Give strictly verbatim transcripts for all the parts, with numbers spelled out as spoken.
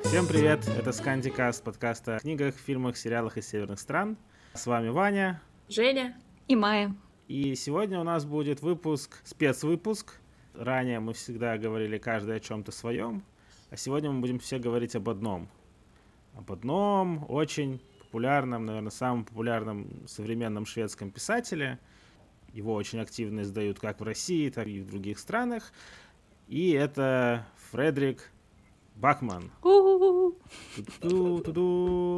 Всем привет, это Скандикаст, подкаст о книгах, фильмах, сериалах из северных стран. С вами Ваня, Женя и Майя. И сегодня у нас будет выпуск, спецвыпуск. Ранее мы всегда говорили каждый о чем-то своем, а сегодня мы будем все говорить об одном. Об одном очень популярном, наверное, самом популярном современном шведском писателе. Его очень активно издают как в России, так и в других странах. И это Фредерик Бакман. Ту-ду-ту-ду.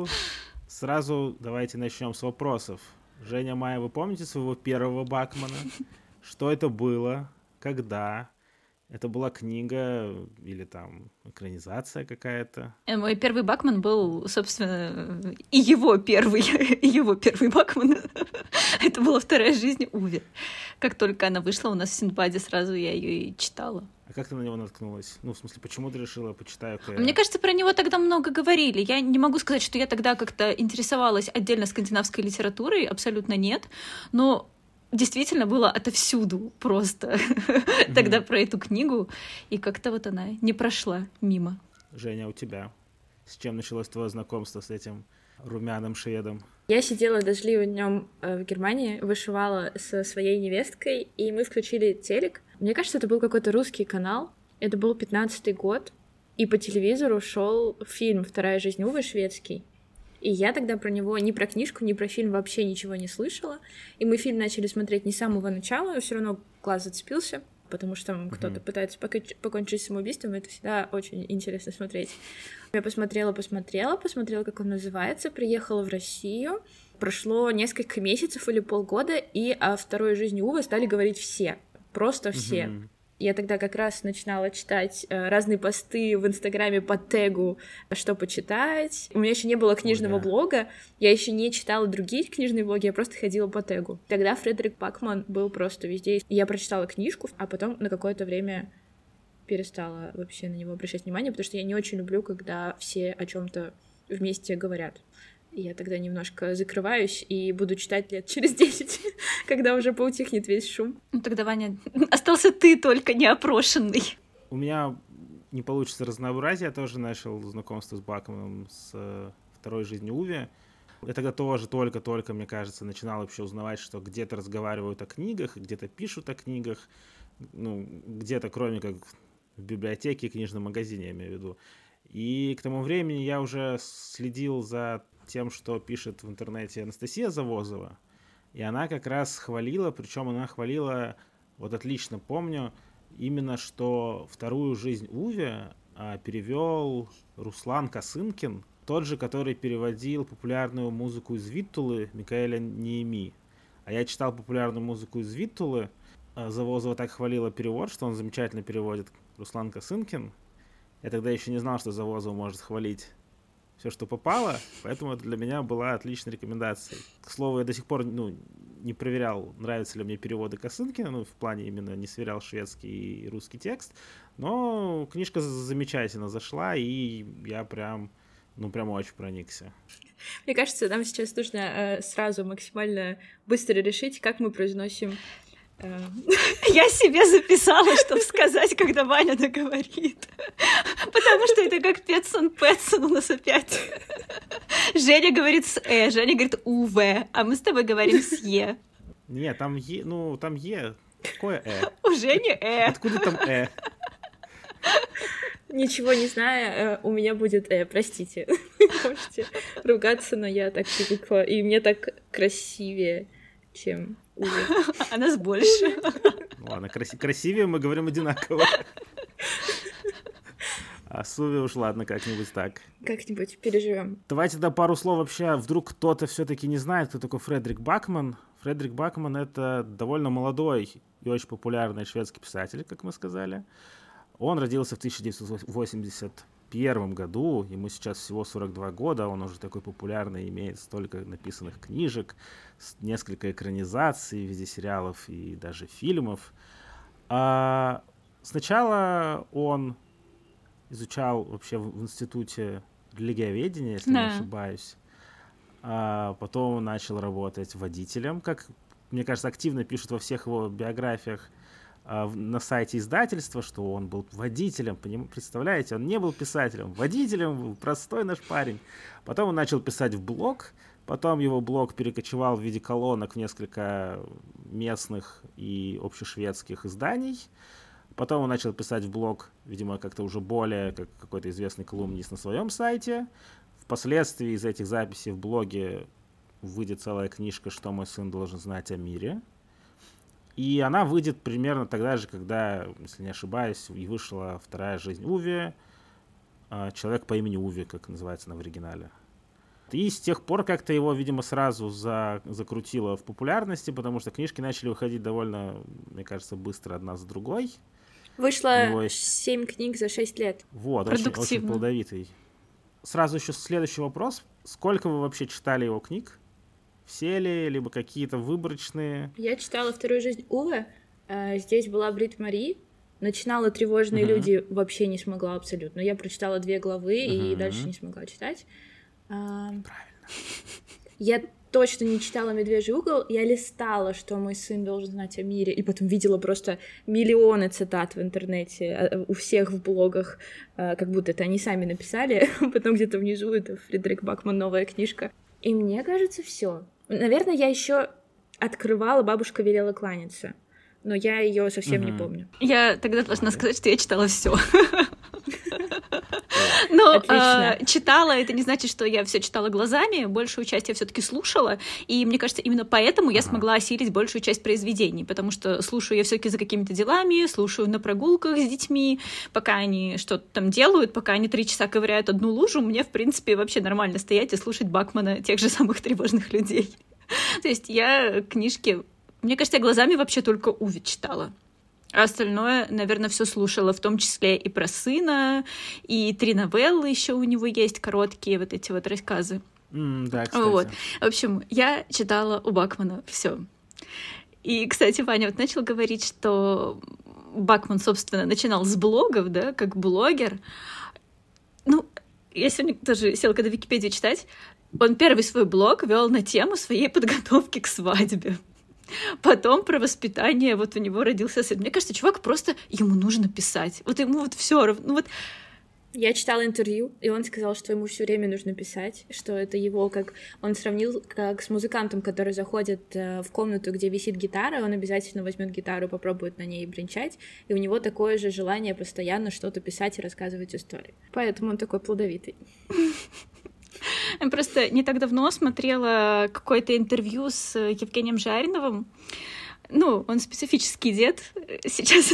Сразу давайте начнем с вопросов. Женя, Майя, вы помните своего первого Бакмана? Что это было? Когда? Это была книга или там экранизация какая-то? Мой первый Бакман был, собственно, и его первый, и его первый Бакман. Это была «Вторая жизнь Уве». Как только она вышла у нас в Синдбаде, сразу я ее и читала. А как ты на него наткнулась? Ну, в смысле, почему ты решила, почитаю-ка я? Мне кажется, про него тогда много говорили. Я не могу сказать, что я тогда как-то интересовалась отдельно скандинавской литературой, абсолютно нет. Но действительно было отовсюду просто mm-hmm. тогда про эту книгу. И как-то вот она не прошла мимо. Женя, у тебя? С чем началось твое знакомство с этим румяным шведом? Я сидела дождливым днем в Германии, вышивала со своей невесткой, и мы включили телек. Мне кажется, это был какой-то русский канал. Это был пятнадцатый год, и по телевизору шел фильм «Вторая жизнь Увы» шведский. И я тогда про него, ни про книжку, ни про фильм вообще ничего не слышала. И мы фильм начали смотреть не с самого начала, но все равно глаз зацепился, потому что там mm-hmm. кто-то пытается покончить самоубийством, и это всегда очень интересно смотреть. Я посмотрела, посмотрела, посмотрела, как он называется, приехала в Россию. Прошло несколько месяцев или полгода, и о «Второй жизни Увы» стали говорить все, просто все. Mm-hmm. Я тогда как раз начинала читать э, разные посты в Инстаграме по тегу, что почитать. У меня еще не было книжного oh, yeah. блога, я еще не читала другие книжные блоги, я просто ходила по тегу. Тогда Фредерик Бакман был просто везде. Я прочитала книжку, а потом на какое-то время перестала вообще на него обращать внимание, потому что я не очень люблю, когда все о чем-то вместе говорят. Я тогда немножко закрываюсь и буду читать лет через десять, когда уже поутихнет весь шум. Ну тогда, Ваня, остался ты только неопрошенный. У меня не получится разнообразие. Я тоже начал знакомство с Бакманом с «Второй жизнью Уве». Я тогда тоже только-только, мне кажется, начинал вообще узнавать, что где-то разговаривают о книгах, где-то пишут о книгах, ну, где-то, кроме как в библиотеке, книжном магазине, я имею в виду. И к тому времени я уже следил за тем, что пишет в интернете Анастасия Завозова, и она как раз хвалила, причем она хвалила, вот отлично помню, именно что «Вторую жизнь Уве» перевел Руслан Косынкин, тот же, который переводил популярную музыку из Виттулы Микаэля Ниеми. А я читал популярную музыку из Виттулы, Завозова так хвалила перевод, что он замечательно переводит, Руслан Косынкин. Я тогда еще не знал, что Завозова может хвалить все, что попало, поэтому это для меня была отличной рекомендацией. К слову, я до сих пор ну, не проверял, нравятся ли мне переводы Косынкина, ну, в плане именно не сверял шведский и русский текст, но книжка замечательно зашла, и я прям, ну, прям очень проникся. Мне кажется, нам сейчас нужно э, сразу максимально быстро решить, как мы произносим... Я себе записала, чтобы сказать, когда Ваня договорит. Потому что это как Петсон Пэтсон у нас опять. Женя говорит с «э», Женя говорит «ув», а мы с тобой говорим с «е». Нет, там «е», ну, там «е». Какое «э»? У Жени «э». Откуда там «э»? Ничего не знаю, у меня будет «э», простите. Можете ругаться, но я так привыкла, и мне так красивее, чем... А нас больше. Ладно, краси- красивее мы говорим одинаково. А с Уве уж ладно, как-нибудь так. Как-нибудь переживем. Давайте да пару слов вообще. Вдруг кто-то все-таки не знает, кто такой Фредерик Бакман. Фредерик Бакман — это довольно молодой и очень популярный шведский писатель, как мы сказали. Он родился в тысяча девятьсот восемьдесят первом году, ему сейчас всего сорок два года, он уже такой популярный, имеет столько написанных книжек, несколько экранизаций в виде сериалов и даже фильмов. А сначала он изучал вообще в институте религиоведения, если да. не ошибаюсь, а потом начал работать водителем, как, мне кажется, активно пишут во всех его биографиях. а, на сайте издательства, что он был водителем, представляете, он не был писателем, водителем был простой наш парень. Потом он начал писать в блог, потом его блог перекочевал в виде колонок в несколько местных и общешведских изданий. Потом он начал писать в блог, видимо, как-то уже более как какой-то известный колумнист на своем сайте. Впоследствии из этих записей в блоге выйдет целая книжка «Что мой сын должен знать о мире». И она выйдет примерно тогда же, когда, если не ошибаюсь, и вышла «Вторая жизнь Уви», «Человек по имени Уви», как называется она в оригинале. И с тех пор как-то его, видимо, сразу за, закрутило в популярности, потому что книжки начали выходить довольно, мне кажется, быстро одна за другой. Вышло есть... семь книг за шесть лет. Вот, очень, очень плодовитый. Сразу еще следующий вопрос. Сколько вы вообще читали его книг? Все ли, либо какие-то выборочные? Я читала «Вторую жизнь Уве». Здесь была Брит Мари. Начинала «Тревожные uh-huh. люди», вообще не смогла абсолютно. Я прочитала две главы uh-huh. и дальше не смогла читать. Правильно. Я точно не читала «Медвежий угол», я листала, что мой сын должен знать о мире, и потом видела просто миллионы цитат в интернете, у всех в блогах, как будто это они сами написали, потом где-то внизу это Фредерик Бакман, новая книжка. И мне кажется, все. Наверное, я еще открывала «Бабушка велела кланяться», но я ее совсем угу. не помню. Я тогда должна сказать, что я читала все. Но э, читала, это не значит, что я все читала глазами, большую часть я все-таки слушала, и мне кажется, именно поэтому я смогла осилить большую часть произведений, потому что слушаю я все-таки за какими-то делами, слушаю на прогулках с детьми, пока они что-то там делают, пока они три часа ковыряют одну лужу, мне, в принципе, вообще нормально стоять и слушать Бакмана, тех же самых тревожных людей. То есть я книжки, мне кажется, я глазами вообще только Уви читала. А остальное, наверное, все слушала, в том числе и про сына, и три новеллы еще у него есть, короткие вот эти вот рассказы. Mm, да, кстати. Вот. В общем, я читала у Бакмана все. И, кстати, Ваня вот начал говорить, что Бакман, собственно, начинал с блогов, да, как блогер. Ну, я сегодня тоже села, когда Википедию читать, он первый свой блог вел на тему своей подготовки к свадьбе. Потом про воспитание, вот у него родился сын. Мне кажется, чувак просто, ему нужно писать. Вот ему вот все равно. Ну, вот... Я читала интервью, и он сказал, что ему все время нужно писать, что это его как... Он сравнил как с музыкантом, который заходит в комнату, где висит гитара, он обязательно возьмет гитару, попробует на ней бренчать, и у него такое же желание постоянно что-то писать и рассказывать истории. Поэтому он такой плодовитый. Я просто не так давно смотрела какое-то интервью с Евгением Жариновым. Ну, он специфический дед сейчас.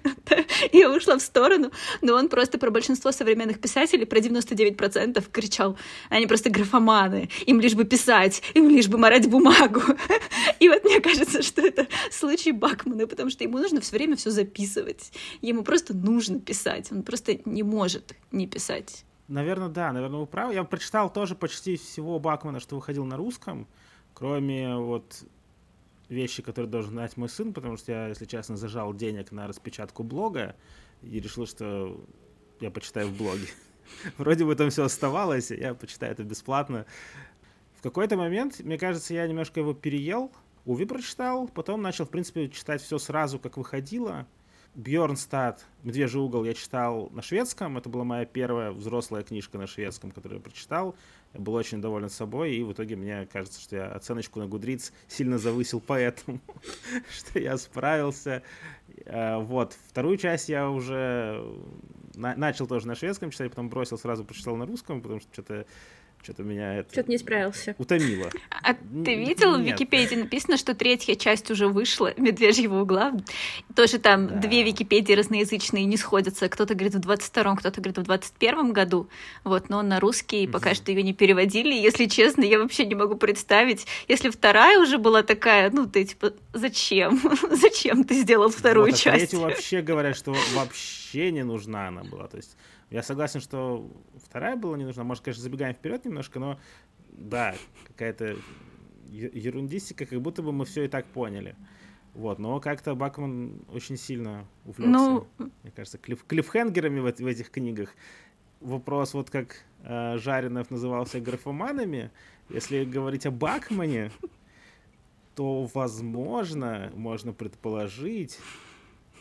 Я ушла в сторону, но он просто про большинство современных писателей, про девяносто девять процентов кричал. Они просто графоманы, им лишь бы писать, им лишь бы марать бумагу. И вот мне кажется, что это случай Бакмана, потому что ему нужно все время все записывать. Ему просто нужно писать, он просто не может не писать. Наверное, да, наверное, вы правы. Я прочитал тоже почти всего Бакмана, что выходил на русском, кроме вот вещи, которые должен знать мой сын, потому что я, если честно, зажал денег на распечатку блога и решил, что я почитаю в блоге. Вроде бы там все оставалось, я почитаю это бесплатно. В какой-то момент, мне кажется, я немножко его переел, Уви прочитал, потом начал, в принципе, читать все сразу, как выходило. Бьорнстад «Медвежий угол» я читал на шведском. Это была моя первая взрослая книжка на шведском, которую я прочитал. Я был очень доволен собой, и в итоге мне кажется, что я оценочку на Goodreads сильно завысил поэтому, что я справился. Вот. Вторую часть я уже начал тоже на шведском читать, потом бросил, сразу прочитал на русском, потому что что-то Что-то меня это... Что-то не справился. Утомило. А ты видел, в Википедии написано, что третья часть уже вышла, «Медвежьего угла». Тоже там да. две Википедии разноязычные не сходятся. Кто-то говорит в двадцать втором, кто-то говорит в двадцать первом году. Вот, но на русский пока mm-hmm. что ее не переводили. Если честно, я вообще не могу представить. Если вторая уже была такая, ну, ты типа, зачем? Зачем ты сделал вторую вот, а часть? Третью вообще говорят, что вообще не нужна она была. То есть я согласен, что вторая была не нужна. Может, конечно, забегаем вперед немножко, но да, какая-то ерундистика, как будто бы мы все и так поняли. Вот, но как-то Бакман очень сильно увлекся, ну... мне кажется, клиф- клиффхенгерами в, в этих книгах. Вопрос, вот как э, Жаринов назывался графоманами, если говорить о Бакмане, то, возможно, можно предположить,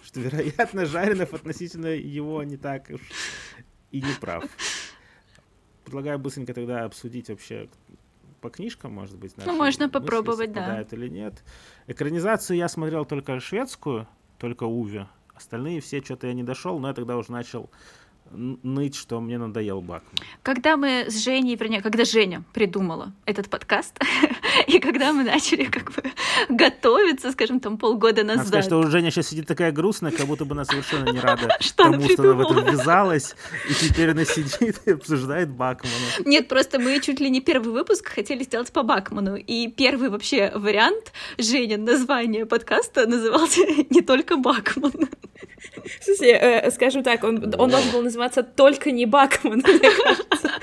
что, вероятно, Жаринов относительно его не так уж и не прав. Предлагаю быстренько тогда обсудить вообще по книжкам, может быть, ну, можно попробовать, да. Или нет. Экранизацию я смотрел только шведскую, только Уве. Остальные все что-то я не дошел, но я тогда уже начал ныть, что мне надоел Бакман. Когда мы с Женей, вернее, когда Женя придумала этот подкаст, и когда мы начали как бы готовиться, скажем, там полгода назад. Надо сказать, что у Женя сейчас сидит такая грустная, как будто бы она совершенно не рада тому, что она в это ввязалась, и теперь она сидит и обсуждает Бакмана. Нет, просто мы чуть ли не первый выпуск хотели сделать по Бакману, и первый вообще вариант Женя названия подкаста назывался «Не только Бакман». В смысле, э, скажем так, он, он должен был называться «Только не Бакман», мне кажется.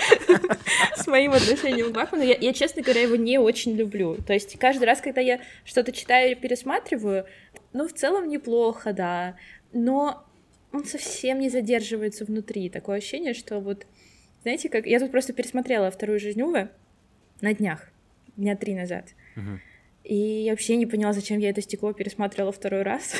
С моим отношением к Бакману. Я, я, честно говоря, его не очень люблю. То есть каждый раз, когда я что-то читаю или пересматриваю, ну, в целом неплохо, да, но он совсем не задерживается внутри. Такое ощущение, что вот, знаете, как... Я тут просто пересмотрела «Вторую жизнь Уве» на днях, дня три назад. Uh-huh. И я вообще не поняла, зачем я это стекло пересматривала второй раз.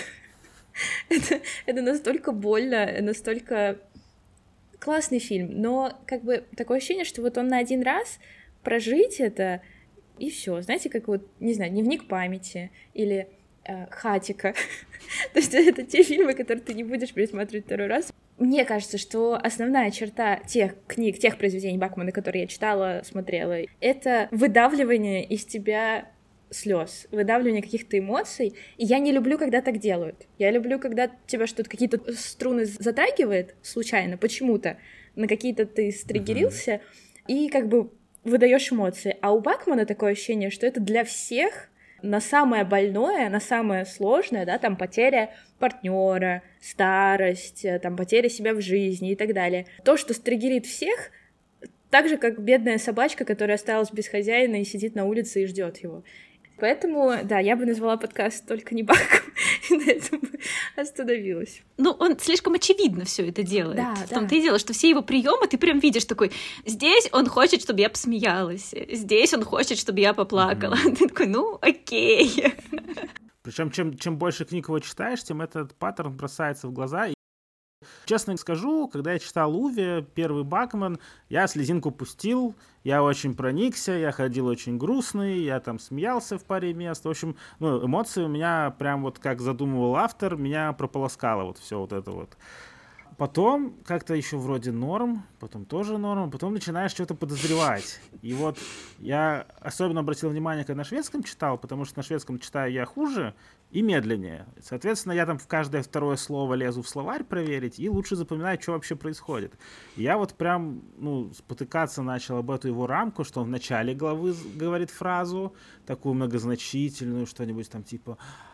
Это, это настолько больно, настолько классный фильм, но как бы такое ощущение, что вот он на один раз прожить это, и все. Знаете, как вот, не знаю, «Дневник памяти» или э, «Хатико». То есть это те фильмы, которые ты не будешь пересматривать второй раз. Мне кажется, что основная черта тех книг, тех произведений Бакмана, которые я читала, смотрела, это выдавливание из тебя слез, выдавливание каких-то эмоций, и я не люблю, когда так делают. Я люблю, когда тебя что-то, какие-то струны затрагивает случайно, почему-то, на какие-то ты стригерился, uh-huh. и как бы выдаешь эмоции. А у Бакмана такое ощущение, что это для всех на самое больное, на самое сложное, да, там потеря партнера, старость, там потеря себя в жизни и так далее. То, что стригерит всех, так же, как бедная собачка, которая осталась без хозяина и сидит на улице и ждет его. Поэтому, да, я бы назвала подкаст «Только не Бакман», и на этом остановилась. Ну, он слишком очевидно все это делает. Да, в да. том-то и дело, что все его приемы ты прям видишь такой: здесь он хочет, чтобы я посмеялась, здесь он хочет, чтобы я поплакала. Mm-hmm. Ты такой, ну, окей. Причем чем, чем больше книг его читаешь, тем этот паттерн бросается в глаза. Честно скажу, когда я читал Уве, первый Бакман, я слезинку пустил, я очень проникся, я ходил очень грустный, я там смеялся в паре мест. В общем, ну, эмоции у меня прям вот как задумывал автор, меня прополоскало вот все вот это вот. Потом как-то еще вроде норм, потом тоже норм, потом начинаешь что-то подозревать. И вот я особенно обратил внимание, когда на шведском читал, потому что на шведском читаю я хуже и медленнее. Соответственно, я там в каждое второе слово лезу в словарь проверить и лучше запоминаю, что вообще происходит. И я вот прям, ну, спотыкаться начал об эту его рамку, что он в начале главы говорит фразу, такую многозначительную, что-нибудь там типа...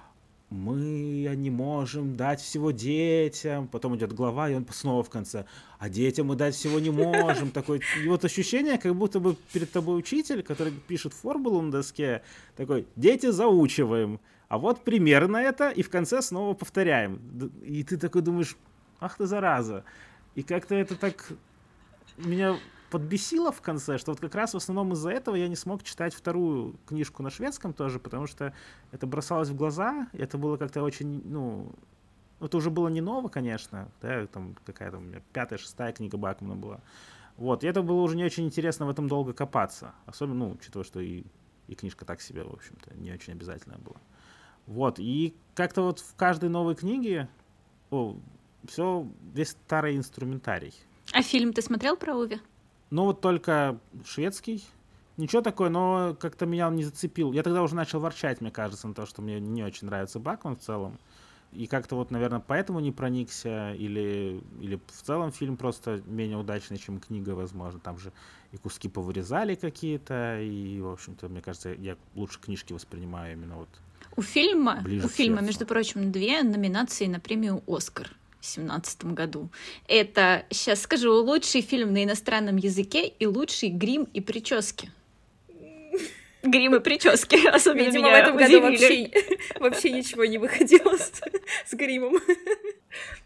мы не можем дать всего детям. Потом идет глава, и он снова в конце. А детям мы дать всего не можем. Такое, и вот ощущение, как будто бы перед тобой учитель, который пишет формулу на доске, такой: дети заучиваем. А вот примерно это, и в конце снова повторяем. И ты такой думаешь: ах ты зараза. И как-то это так меня подбесило в конце, что вот как раз в основном из-за этого я не смог читать вторую книжку на шведском тоже, потому что это бросалось в глаза, это было как-то очень, ну, это уже было не ново, конечно, да, там какая-то у меня пятая, шестая книга Бакмана была, вот, и это было уже не очень интересно в этом долго копаться, особенно, ну, учитывая, что и, и книжка так себе, в общем-то, не очень обязательная была, вот, и как-то вот в каждой новой книге, о, все, весь старый инструментарий. А фильм ты смотрел про Уве? Ну, вот только шведский. Ничего такое, но как-то меня он не зацепил. Я тогда уже начал ворчать, мне кажется, на то, что мне не очень нравится Бакман в целом. И как-то вот, наверное, поэтому не проникся. Или, или в целом фильм просто менее удачный, чем книга, возможно. Там же и куски повырезали какие-то. И, в общем-то, мне кажется, я лучше книжки воспринимаю именно вот. У фильма, у фильма, между прочим, две номинации на премию «Оскар» в две тысячи семнадцатом году. Это, сейчас скажу, лучший фильм на иностранном языке и лучший грим и прически. Грим и прически, особенно Видимо, меня в этом году удивили. вообще, вообще ничего не выходило с, с гримом.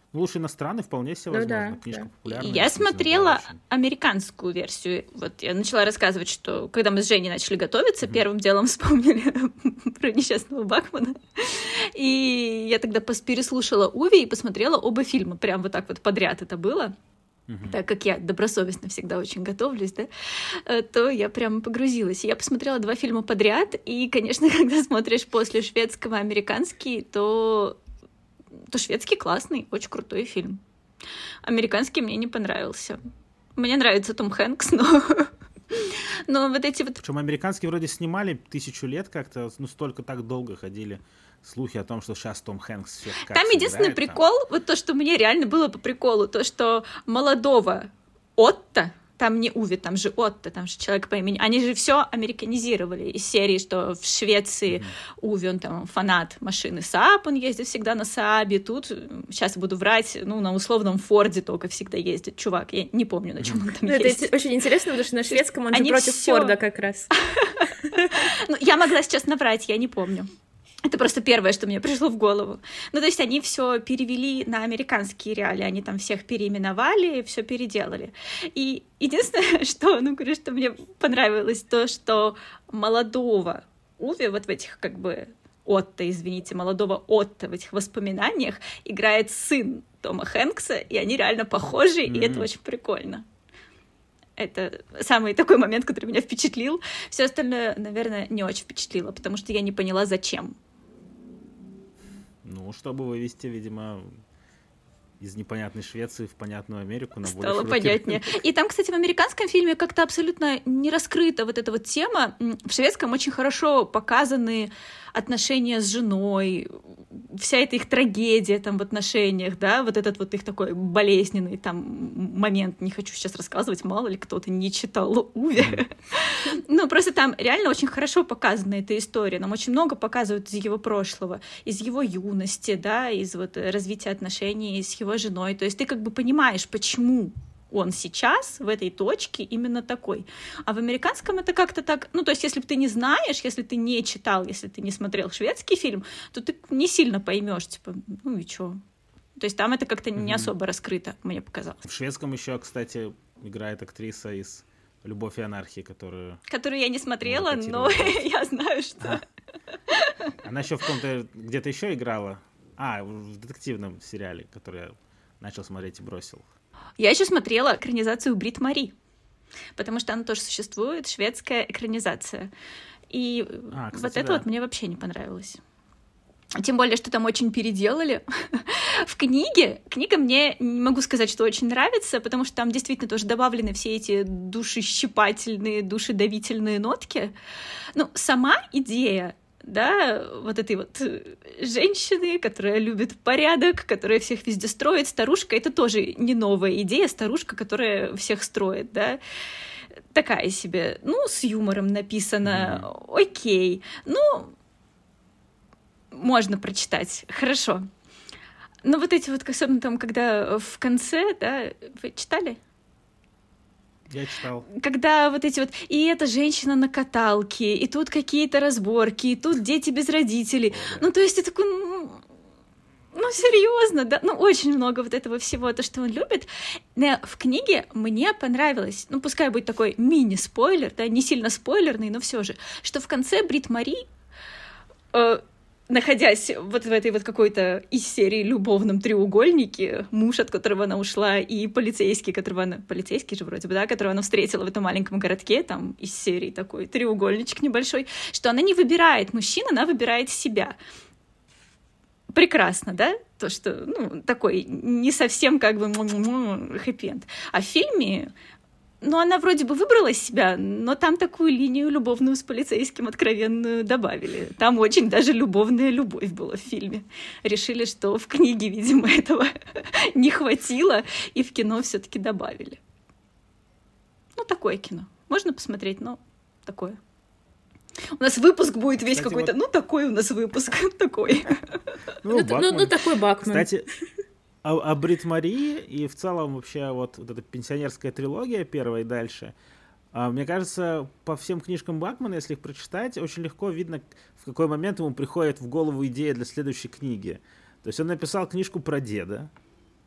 Лучше иностранный вполне себе Ну возможно. да, Книжка да. популярная. Я действительно, смотрела была очень. американскую версию. Вот я начала рассказывать, что когда мы с Женей начали готовиться, mm-hmm. первым делом вспомнили про несчастного Бакмана. И я тогда переслушала Уви и посмотрела оба фильма. Прям вот так вот подряд это было. Uh-huh. Так как я добросовестно всегда очень готовлюсь, да, то я прямо погрузилась. Я посмотрела два фильма подряд, и, конечно, когда смотришь после шведского американский, то, то шведский классный, очень крутой фильм. Американский мне не понравился. Мне нравится Том Хэнкс, но... но вот эти вот... Причем американские вроде снимали тысячу лет как-то, ну столько так долго ходили слухи о том, что сейчас Том Хэнкс всех как Там единственный играет, прикол, там. вот то, что мне реально было по приколу, то, что молодого Отто, там не Уви, там же Отто, там же человек по имени, они же все американизировали из серии, что в Швеции mm-hmm. Уви, он там фанат машины Saab, он ездит всегда на Saab, тут, сейчас буду врать, ну, на условном Форде только всегда ездит чувак, я не помню, на чем он там ну, ездит. Это очень интересно, потому что на шведском он же они против всё... Форда как раз. Ну, я могла сейчас наврать, я не помню. Это просто первое, что мне пришло в голову. Ну, то есть они все перевели на американские реалии, они там всех переименовали, все переделали. И единственное, что, ну, говорю, что мне понравилось, то, что молодого Уви вот в этих, как бы, Отто, извините, молодого Отто в этих воспоминаниях играет сын Тома Хэнкса, и они реально похожи, mm-hmm. и это очень прикольно. Это самый такой момент, который меня впечатлил. Все остальное, наверное, не очень впечатлило, потому что я не поняла, зачем. Ну, чтобы вывести, видимо, из непонятной Швеции в понятную Америку. На Стало понятнее. И там, кстати, в американском фильме как-то абсолютно не раскрыта вот эта вот тема. В шведском очень хорошо показаны отношения с женой, вся эта их трагедия там в отношениях, да, вот этот вот их такой болезненный там момент, не хочу сейчас рассказывать, мало ли кто-то не читал Уви. Ну, просто там реально очень хорошо показана эта история, нам очень много показывают из его прошлого, из его юности, да, из вот развития отношений с его женой, то есть ты как бы понимаешь, почему он сейчас в этой точке именно такой. А в американском это как-то так... Ну, то есть, если ты не знаешь, если ты не читал, если ты не смотрел шведский фильм, то ты не сильно поймешь, типа, ну и чё? То есть там это как-то не особо раскрыто, мне показалось. В шведском еще, кстати, играет актриса из «Любовь и анархии», которую... Которую я не смотрела, но я знаю, что... Она еще в каком-то... Где-то еще играла. А, в детективном сериале, который я начал смотреть и бросил. Я еще смотрела экранизацию Брит Мари, потому что она тоже существует, шведская экранизация. И а, кстати, вот это да. вот мне вообще не понравилось. Тем более, что там очень переделали. В книге, книга мне не могу сказать, что очень нравится, потому что там действительно тоже добавлены все эти душещипательные, душедавительные нотки. Ну, сама идея, да, вот этой вот женщины, которая любит порядок, которая всех везде строит, старушка, это тоже не новая идея, старушка, которая всех строит, да, такая себе, ну, с юмором написано, mm-hmm. окей, ну, можно прочитать, хорошо. Но вот эти вот, особенно там, когда в конце, да, вы читали? Я читал. Когда вот эти вот... И эта женщина на каталке, и тут какие-то разборки, и тут дети без родителей. О, да. Ну, то есть, это такой... Ну, ну, серьезно, да? Ну, очень много вот этого всего, то, что он любит. Но в книге мне понравилось, ну, пускай будет такой мини-спойлер, да, не сильно спойлерный, но все же, что в конце Брит Мари... Э, находясь вот в этой вот какой-то из серии любовном треугольнике, муж, от которого она ушла, и полицейский, которого она... Полицейский же вроде бы, да, которого она встретила в этом маленьком городке, там из серии такой треугольничек небольшой, что она не выбирает мужчин, она выбирает себя. Прекрасно, да? То, что, ну, такой не совсем как бы хэппи-энд. А в фильме... Ну, она вроде бы выбрала себя, но там такую линию любовную с полицейским откровенную добавили. Там очень даже любовная любовь была в фильме. Решили, что в книге, видимо, этого не хватило, и в кино все-таки добавили. Ну, такое кино. Можно посмотреть, но такое. У нас выпуск будет весь Кстати, какой-то... Вот... Ну, такой у нас выпуск, такой. Ну, такой Бакман. Кстати... О, о Брит Мари и в целом вообще вот, вот эта пенсионерская трилогия первая и дальше. А, мне кажется, по всем книжкам Бакмана, если их прочитать, очень легко видно, в какой момент ему приходит в голову идея для следующей книги. То есть он написал книжку про деда,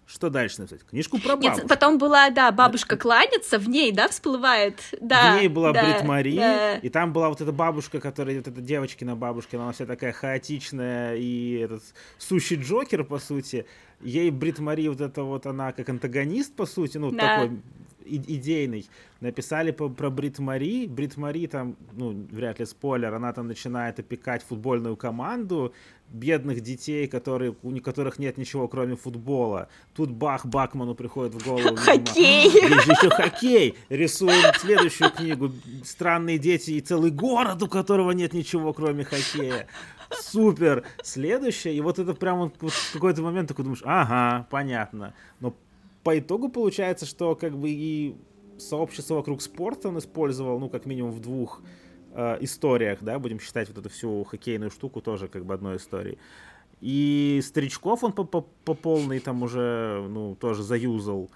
Что дальше написать? Книжку про бабушку. Нет, потом была, да, бабушка кланяться, в ней, да, всплывает, да. В ней была да, Брит Мари, да. и там была вот эта бабушка, которая, вот эта девочкина бабушка, она вся такая хаотичная, и этот сущий Джокер, по сути. Ей Брит Мари, вот это вот она как антагонист, по сути, ну, да. такой и- идейный. Написали по- про Брит Мари. Брит Мари там, ну, вряд ли спойлер, она там начинает опекать футбольную команду, бедных детей, которые, у которых нет ничего, кроме футбола. Тут бах, Бакману приходит в голову. Хоккей! Есть же еще хоккей! Рисуем следующую книгу. Странные дети и целый город, у которого нет ничего, кроме хоккея. Супер! Следующее. И вот это прям вот, вот в какой-то момент такой думаешь, ага, понятно. Но по итогу получается, что как бы и сообщество вокруг спорта он использовал, ну, как минимум в двух э, историях, да, будем считать вот эту всю хоккейную штуку тоже как бы одной историей. И старичков он по, по, по полной там уже, ну, тоже заюзал.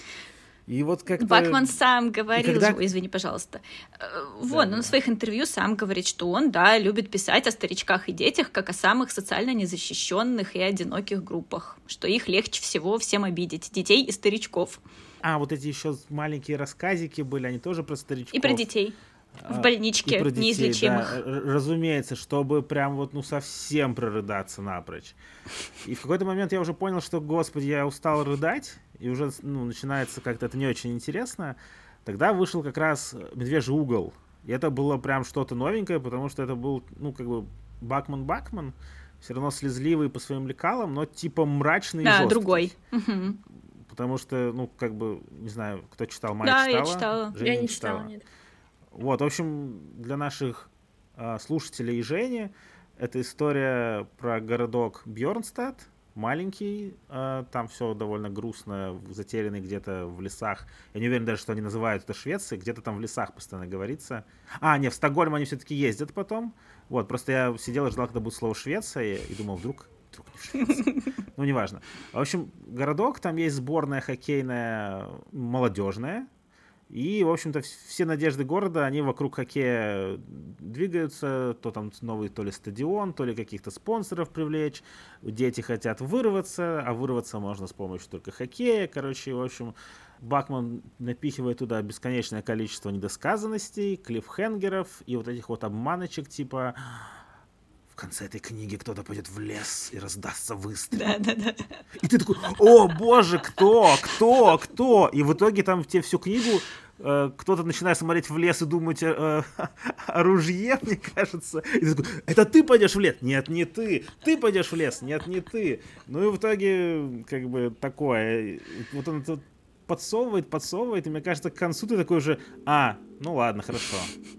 И вот как-то... Бакман сам говорил, когда... Ой, извини, пожалуйста. Вон, да, он да. в своих интервью сам говорит, что он, да, любит писать о старичках и детях как о самых социально незащищенных и одиноких группах, что их легче всего всем обидеть, детей и старичков. А, вот эти еще маленькие рассказики были, они тоже про старичков. И про детей. В больничке детей, неизлечимых. Да, разумеется, чтобы прям вот ну совсем прорыдаться напрочь. И в какой-то момент я уже понял, что, господи, я устал рыдать, и уже ну, начинается как-то это не очень интересно. Тогда вышел как раз «Медвежий угол». И это было прям что-то новенькое, потому что это был, ну, как бы Бакман-Бакман, все равно слезливый по своим лекалам, но типа мрачный да, и жесткий. другой. Угу. Потому что, ну, как бы, не знаю, кто читал, Майя да, читала? я читала. Женя я не читала, нет. Вот, в общем, для наших э, слушателей и Жени это история про городок Бьорнстад, маленький, э, там все довольно грустно, затерянный где-то в лесах. Я не уверен даже, что они называют это Швецией, где-то там в лесах постоянно говорится. А, нет, в Стокгольм они все-таки ездят потом. Вот, просто я сидел и ждал, когда будет слово Швеция, и думал, вдруг... Вдруг не в Швеции. Ну, неважно. В общем, городок, там есть сборная хоккейная молодежная. И, в общем-то, все надежды города, они вокруг хоккея двигаются. То там новый то ли стадион, то ли каких-то спонсоров привлечь. Дети хотят вырваться, а вырваться можно с помощью только хоккея. Короче, в общем, Бакман напихивает туда бесконечное количество недосказанностей, клиффхенгеров и вот этих вот обманочек, типа... В конце этой книги кто-то пойдет в лес и раздастся выстрел. Да, да, да. И ты такой, о боже, кто, кто, кто? И в итоге там тебе всю книгу э, кто-то начинает смотреть в лес и думать э, о ружье, мне кажется. И ты такой, это ты пойдешь в лес? Нет, не ты. Ты пойдешь в лес? Нет, не ты. Ну и в итоге как бы такое. Вот он это подсовывает, подсовывает, и мне кажется, к концу ты такой уже, а, ну ладно, хорошо.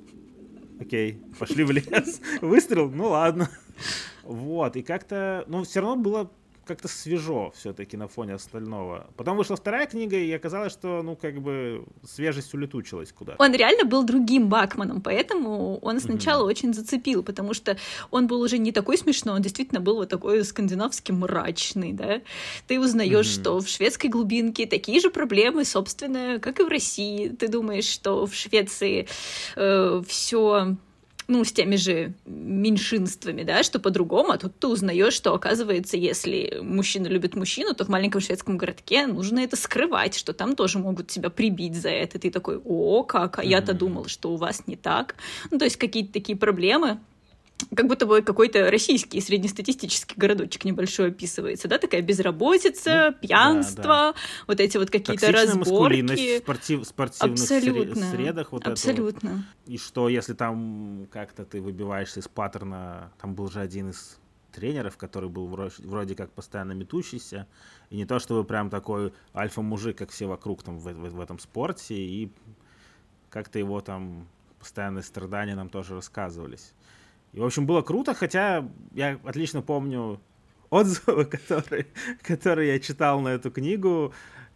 Окей, пошли в лес. Выстрел? Ну ладно. Вот, и как-то... Ну, все равно было как-то свежо все-таки на фоне остального. Потом вышла вторая книга, и оказалось, что, ну, как бы свежесть улетучилась куда-то. Он реально был другим Бакманом, поэтому он сначала mm-hmm. очень зацепил, потому что он был уже не такой смешной, он действительно был вот такой скандинавский мрачный, да. Ты узнаешь, mm-hmm. что в шведской глубинке такие же проблемы, собственно, как и в России. Ты думаешь, что в Швеции э, все... ну, с теми же меньшинствами, да, что по-другому, а тут ты узнаешь, что, оказывается, если мужчина любит мужчину, то в маленьком шведском городке нужно это скрывать, что там тоже могут тебя прибить за это. Ты такой, о, как, а я-то mm-hmm. думал, что у вас не так. Ну, то есть какие-то такие проблемы, как будто бы какой-то российский среднестатистический городочек небольшой описывается, да, такая безработица, ну, пьянство, да, да. вот эти вот какие-то токсичная разборки. Маскулинность в спортив, спортивных абсолютно, средах. Вот абсолютно. Это вот. И что, если там как-то ты выбиваешься из паттерна, там был же один из тренеров, который был вроде, вроде как постоянно метущийся, и не то чтобы прям такой альфа-мужик, как все вокруг там в, в, в этом спорте, и как-то его там постоянные страдания нам тоже рассказывались. И, в общем, было круто, хотя я отлично помню отзывы, которые, которые я читал на эту книгу,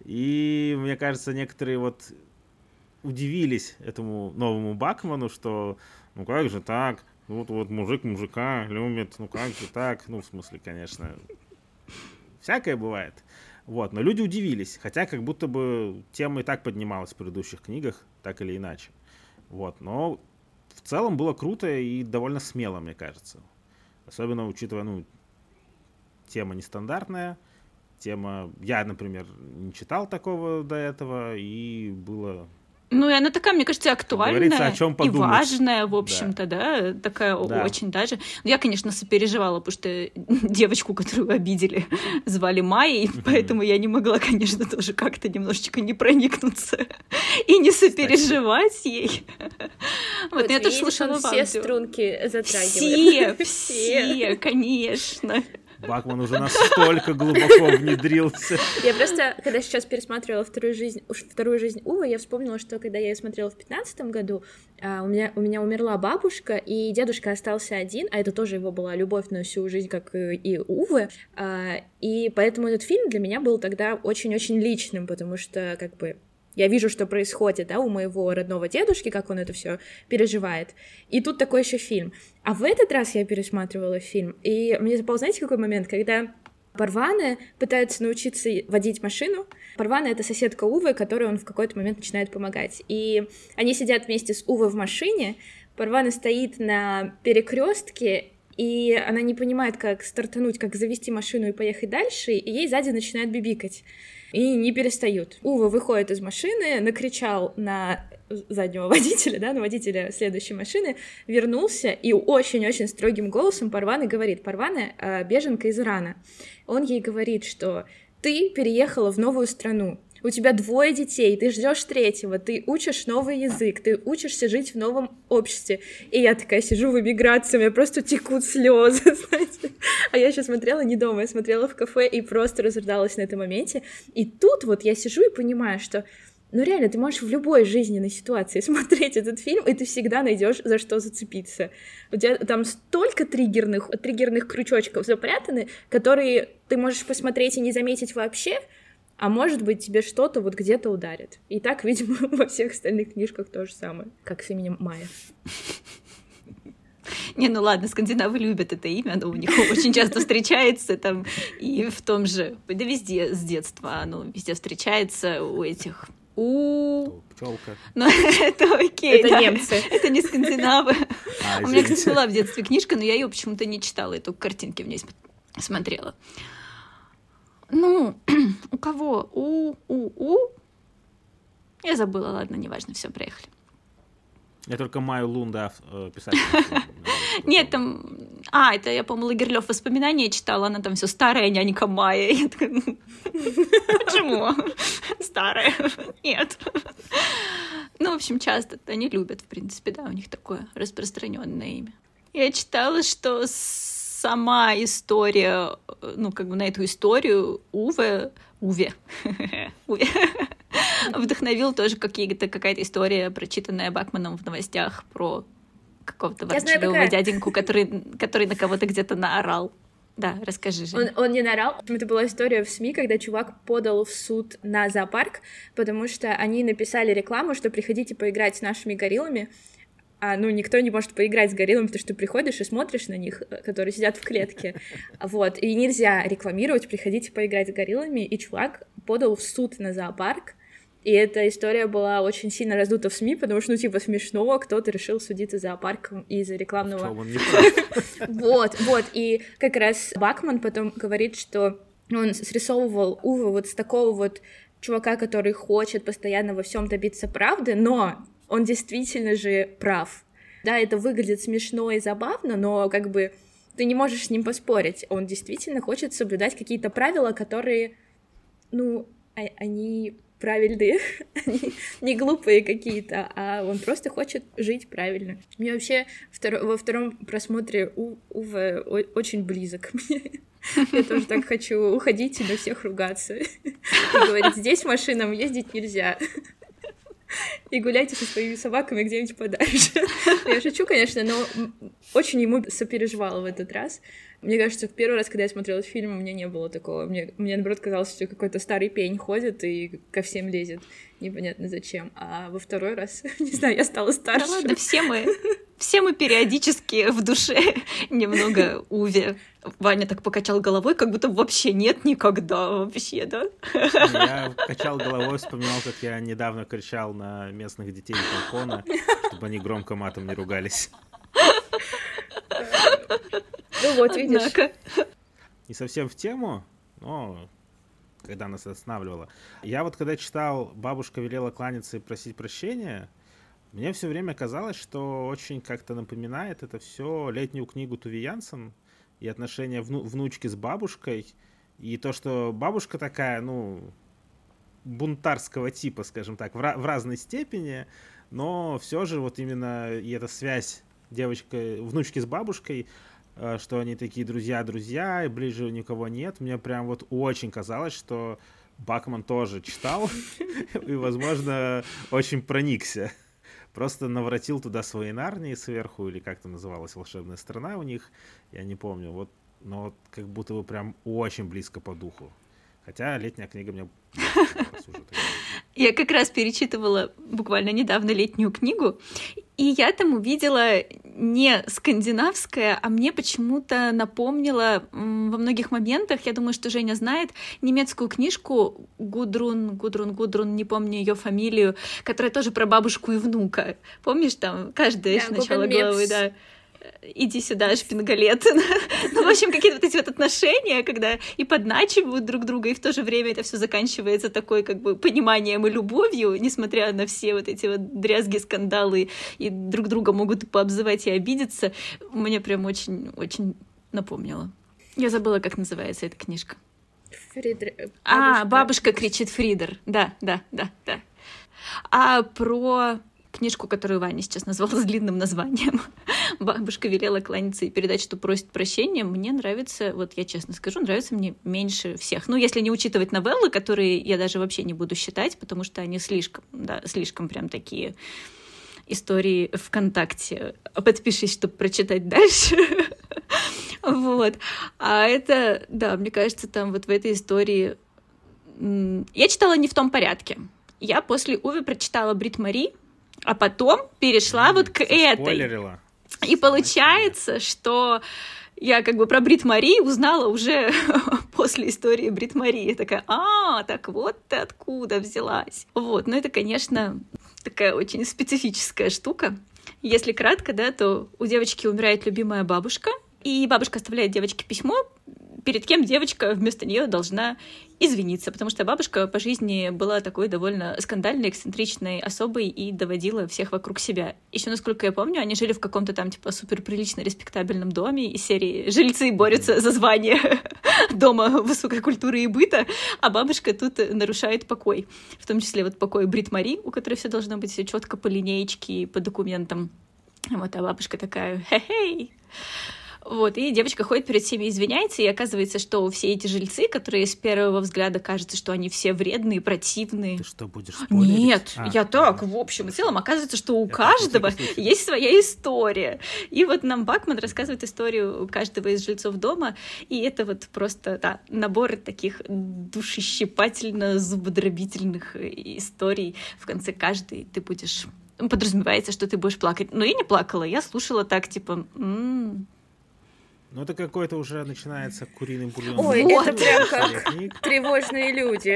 и, мне кажется, некоторые вот удивились этому новому Бакману, что ну как же так, вот, вот мужик мужика любит, ну как же так, ну в смысле, конечно, всякое бывает. Вот, но люди удивились, хотя как будто бы тема и так поднималась в предыдущих книгах, так или иначе. Вот, но в целом было круто и довольно смело, мне кажется. Особенно учитывая, ну, тема нестандартная, тема... Я, например, не читал такого до этого, и было... Ну, и она такая, мне кажется, актуальная о чем и важная, в общем-то, да, да? Такая да. очень даже. Я, конечно, сопереживала, потому что девочку, которую обидели, звали Майей, mm-hmm. поэтому я не могла, конечно, тоже как-то немножечко не проникнуться и не сопереживать Кстати. ей. Вот, вот я тоже слышала в аудио. Все струнки затрагивает. Все, все, конечно. Бакман уже настолько глубоко внедрился. Я просто, когда сейчас пересматривала вторую жизнь, вторую жизнь Увы, я вспомнила, что когда я ее смотрела в пятнадцатом году, у меня, у меня умерла бабушка, и дедушка остался один, а это тоже его была любовь на всю жизнь, как и Увы, и поэтому этот фильм для меня был тогда очень-очень личным, потому что, как бы, я вижу, что происходит, да, у моего родного дедушки, как он это все переживает. И тут такой еще фильм. А в этот раз я пересматривала фильм, и мне запал, знаете, какой момент, когда Парвана пытается научиться водить машину. Парвана — это соседка Увы, которой он в какой-то момент начинает помогать. И они сидят вместе с Увы в машине, Парвана стоит на перекрестке, и она не понимает, как стартануть, как завести машину и поехать дальше, и ей сзади начинают бибикать. И не перестают. Ува выходит из машины, накричал на заднего водителя, да, на водителя следующей машины, вернулся и очень-очень строгим голосом Парвана говорит: Парвана — беженка из Ирана. Он ей говорит, что ты переехала в новую страну, у тебя двое детей, ты ждешь третьего, ты учишь новый язык, ты учишься жить в новом обществе. И я такая сижу в эмиграции, у меня просто текут слезы, знаете. А я еще смотрела не дома, я смотрела в кафе и просто разрыдалась на этом моменте. И тут вот я сижу и понимаю, что ну реально, ты можешь в любой жизненной ситуации смотреть этот фильм, и ты всегда найдешь за что зацепиться. У тебя там столько триггерных, триггерных крючочков запрятаны, которые ты можешь посмотреть и не заметить вообще, а может быть, тебе что-то вот где-то ударит. И так, видимо, во всех остальных книжках то же самое, как с именем Майя. Не, ну ладно, скандинавы любят это имя, оно у них очень часто встречается там, и в том же, да везде с детства оно везде встречается у этих... У пчелка. Ну, это окей. Это да. немцы. Это не скандинавы. А, у меня, кстати, была в детстве книжка, но я ее почему-то не читала, я только картинки в ней смотрела. Ну, у кого? У, у, у. Я забыла, ладно, неважно, все, проехали. Я только Майю Лунда писательницу. Нет, там... А, это я, по-моему, Лагерлёв воспоминания читала, она там все старая нянька Майя. Я такая, почему? Старая? Нет. Ну, в общем, часто они любят, в принципе, да, у них такое распространенное имя. Я читала, что сама история, ну, как бы на эту историю Уве, Уве, Уве, вдохновил тоже какие-то, какая-то история, прочитанная Бакманом в новостях про какого-то ворчливого дяденьку, который, который на кого-то где-то наорал. Да, расскажи же. Он, он не наорал. Это была история в СМИ, когда чувак подал в суд на зоопарк, потому что они написали рекламу, что приходите поиграть с нашими гориллами. А, ну, никто не может поиграть с гориллами, потому что ты приходишь и смотришь на них, которые сидят в клетке. Вот, и нельзя рекламировать, приходите поиграть с гориллами. И чувак подал в суд на зоопарк, и эта история была очень сильно раздута в СМИ, потому что, ну, типа, смешно, кто-то решил судиться зоопарком из-за рекламного... Вот, вот, и как раз Бакман потом говорит, что он срисовывал Уве вот с такого вот чувака, который хочет постоянно во всем добиться правды, но он действительно же прав. Да, это выглядит смешно и забавно, но как бы ты не можешь с ним поспорить. Он действительно хочет соблюдать какие-то правила, которые, ну, они правильные, они не глупые какие-то, а он просто хочет жить правильно. Мне вообще втор- во втором просмотре У- Уве очень близок мне. Я тоже так хочу уходить и на всех ругаться. И говорить, здесь машинам ездить нельзя. И гуляйте со своими собаками где-нибудь подальше. Я шучу, конечно, но очень ему сопереживала в этот раз. Мне кажется, в первый раз, когда я смотрела фильм, у меня не было такого. Мне, мне наоборот, казалось, что какой-то старый пень ходит и ко всем лезет. Непонятно зачем. А во второй раз, не знаю, я стала старше. Да ладно, все мы, все мы периодически в душе немного Уве. Ваня так покачал головой, как будто вообще нет никогда вообще, да? Я качал головой, вспоминал, как я недавно кричал на местных детей с балкона, чтобы они громко матом не ругались. Ну вот, видишь. Не совсем в тему, но когда нас останавливала. Я вот когда читал «Бабушка велела кланяться и просить прощения», мне все время казалось, что очень как-то напоминает это все летнюю книгу Туви Янсен и отношения вну- внучки с бабушкой, и то, что бабушка такая, ну, бунтарского типа, скажем так, в, ra- в разной степени, но все же вот именно и эта связь девочка, внучки с бабушкой, э, что они такие друзья-друзья, и ближе никого нет, мне прям вот очень казалось, что Бакман тоже читал и, возможно, очень проникся. Просто наворотил туда свои Нарнии сверху, или как это называлось, волшебная страна у них, я не помню, вот, но вот как будто бы прям очень близко по духу. Хотя летняя книга мне... Я как раз перечитывала буквально недавно летнюю книгу, и я там увидела не скандинавское, а мне почему-то напомнило во многих моментах, я думаю, что Женя знает, немецкую книжку Гудрун, Гудрун, Гудрун, не помню ее фамилию, которая тоже про бабушку и внука. Помнишь, там каждая да, начало главы, да. Иди сюда, шпингалет. Ну, в общем, какие-то вот эти вот отношения, когда и подначивают друг друга, и в то же время это все заканчивается такой, как бы, пониманием и любовью, несмотря на все вот эти вот дрязги, скандалы, и друг друга могут пообзывать и обидеться. Мне прям очень-очень напомнило. Я забыла, как называется эта книжка. Фридр... Бабушка. А, бабушка кричит Фридер. Да, да, да, да. А про... книжку, которую Ваня сейчас назвал с длинным названием «Бабушка велела кланяться и передать, что просит прощения», мне нравится, вот я честно скажу, нравится мне меньше всех. Ну, если не учитывать новеллы, которые я даже вообще не буду считать, потому что они слишком, да, слишком прям такие истории ВКонтакте. Подпишись, чтобы прочитать дальше. Вот. А это, да, мне кажется, там вот в этой истории... Я читала не в том порядке. Я после Уве прочитала Брит Мари, а потом перешла mm, вот к этой. И получается, что я как бы про Брит Мари узнала уже после истории Брит Мари. Я такая, а, так вот ты откуда взялась. Вот, но это, конечно, такая очень специфическая штука. Если кратко, да, то у девочки умирает любимая бабушка, и бабушка оставляет девочке письмо, перед кем девочка вместо нее должна извиниться, потому что бабушка по жизни была такой довольно скандальной, эксцентричной особой и доводила всех вокруг себя. Еще, насколько я помню, они жили в каком-то там типа суперприлично респектабельном доме из серии «Жильцы борются за звание дома высокой культуры и быта», а бабушка тут нарушает покой. В том числе вот покой Брит Мари, у которой все должно быть четко по линеечке, по документам. Вот, а бабушка такая «хе-хей». Вот, и девочка ходит перед всеми, извиняется, и оказывается, что все эти жильцы, которые с первого взгляда кажется, что они все вредные, противные. Ты что, будешь спорить? Нет, а, я так, а, в общем и целом, оказывается, что у каждого есть своя история. И вот нам Бакман рассказывает историю каждого из жильцов дома, и это вот просто, да, набор таких душещипательно зубодробительных историй. В конце каждой ты будешь... Подразумевается, что ты будешь плакать. Но я не плакала, я слушала так, типа... М-м. Ну, это какой-то уже начинается куриный бульон. Ой, вот. Это прям как тревожные люди.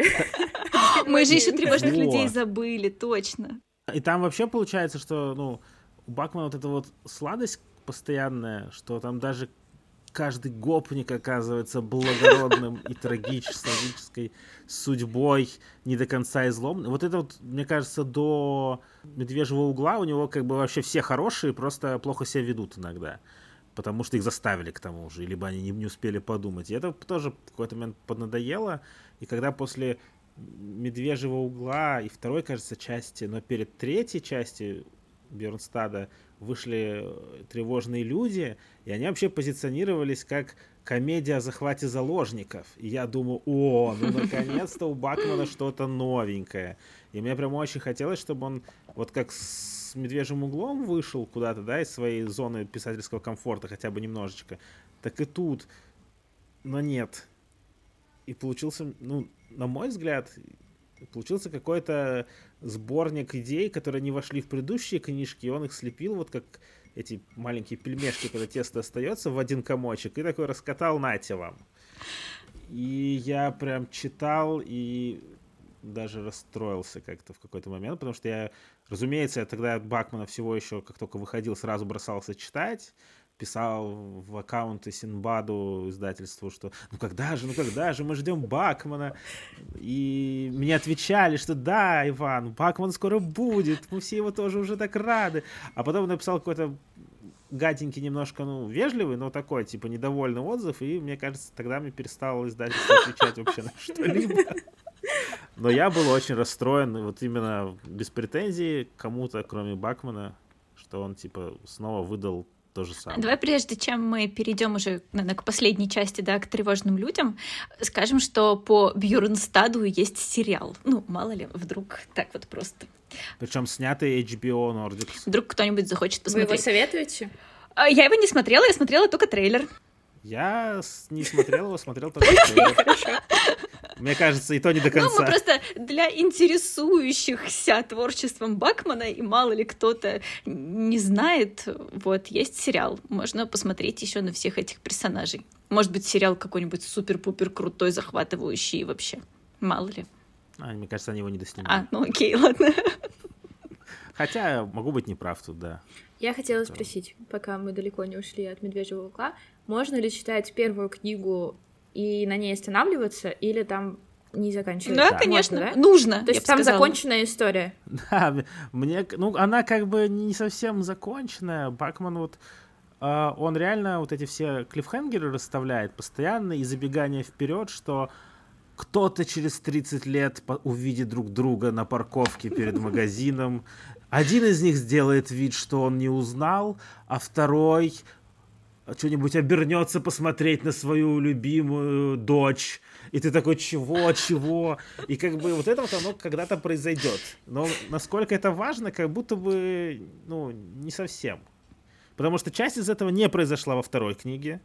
Мы же еще тревожных людей забыли, точно. И там вообще получается, что, ну, у Бакмана вот эта вот сладость постоянная, что там даже каждый гопник оказывается благородным и трагической судьбой, не до конца изломным. Вот это вот, мне кажется, до «Медвежьего угла» у него как бы вообще все хорошие, просто плохо себя ведут иногда. Потому что их заставили к тому же, либо они не, не успели подумать. И это тоже в какой-то момент поднадоело. И когда после «Медвежьего угла» и второй, кажется, части, но перед третьей частью Бьернстада вышли «Тревожные люди», и они вообще позиционировались как комедия о захвате заложников. И я думаю, о, ну наконец-то у Бакмана что-то новенькое. И мне прям очень хотелось, чтобы он вот как с «Медвежьим углом» вышел куда-то, да, из своей зоны писательского комфорта хотя бы немножечко, так и тут. Но нет. И получился, ну, на мой взгляд, получился какой-то сборник идей, которые не вошли в предыдущие книжки, и он их слепил, вот как эти маленькие пельмешки, когда тесто остается в один комочек, и такой раскатал, нате вам. И я прям читал и даже расстроился как-то в какой-то момент, потому что я, разумеется, я тогда от Бакмана всего еще, как только выходил, сразу бросался читать, писал в аккаунты Синбаду издательству, что ну когда же, ну когда же, мы ждем Бакмана. И мне отвечали, что да, Иван, Бакман скоро будет, мы все его тоже уже так рады. А потом написал какой-то гаденький, немножко, ну, вежливый, но такой, типа, недовольный отзыв, и, мне кажется, тогда мне перестало издательство отвечать вообще на что-либо. Но я был очень расстроен, вот именно без претензий к кому-то, кроме Бакмана, что он, типа, снова выдал то же самое. Давай, прежде чем мы перейдем уже, наверное, к последней части, да, к тревожным людям, скажем, что по Бьернстаду есть сериал. Ну, мало ли, вдруг так вот просто. Причем снятый эйч би о Nordics. Вдруг кто-нибудь захочет посмотреть. Вы его советуете? Я его не смотрела, я смотрела только трейлер. Я не смотрел его, смотрел только трейлер. Хорошо. Мне кажется, и то не до конца. Ну, мы просто для интересующихся творчеством Бакмана, и мало ли кто-то не знает, вот, есть сериал. Можно посмотреть еще на всех этих персонажей. Может быть, сериал какой-нибудь супер-пупер крутой, захватывающий вообще. Мало ли. А, мне кажется, они его не доснимали. А, ну окей, ладно. Хотя, могу быть неправ тут, да. Я хотела спросить, пока мы далеко не ушли от «Медвежьего угла», можно ли читать первую книгу и на ней останавливаться, или там не заканчивается? Да, конечно, можно, да? нужно. То есть там сказала. Законченная история. Да, мне, ну, она как бы не совсем законченная. Бакман вот, э, он реально вот эти все клиффхенгеры расставляет постоянно и забегание вперед, что кто-то через тридцать лет увидит друг друга на парковке перед магазином. Один из них сделает вид, что он не узнал, а второй что-нибудь обернется посмотреть на свою любимую дочь. И ты такой, чего, чего? И как бы вот это вот оно когда-то произойдет. Но насколько это важно, как будто бы, ну, не совсем. Потому что часть из этого не произошла во второй книге.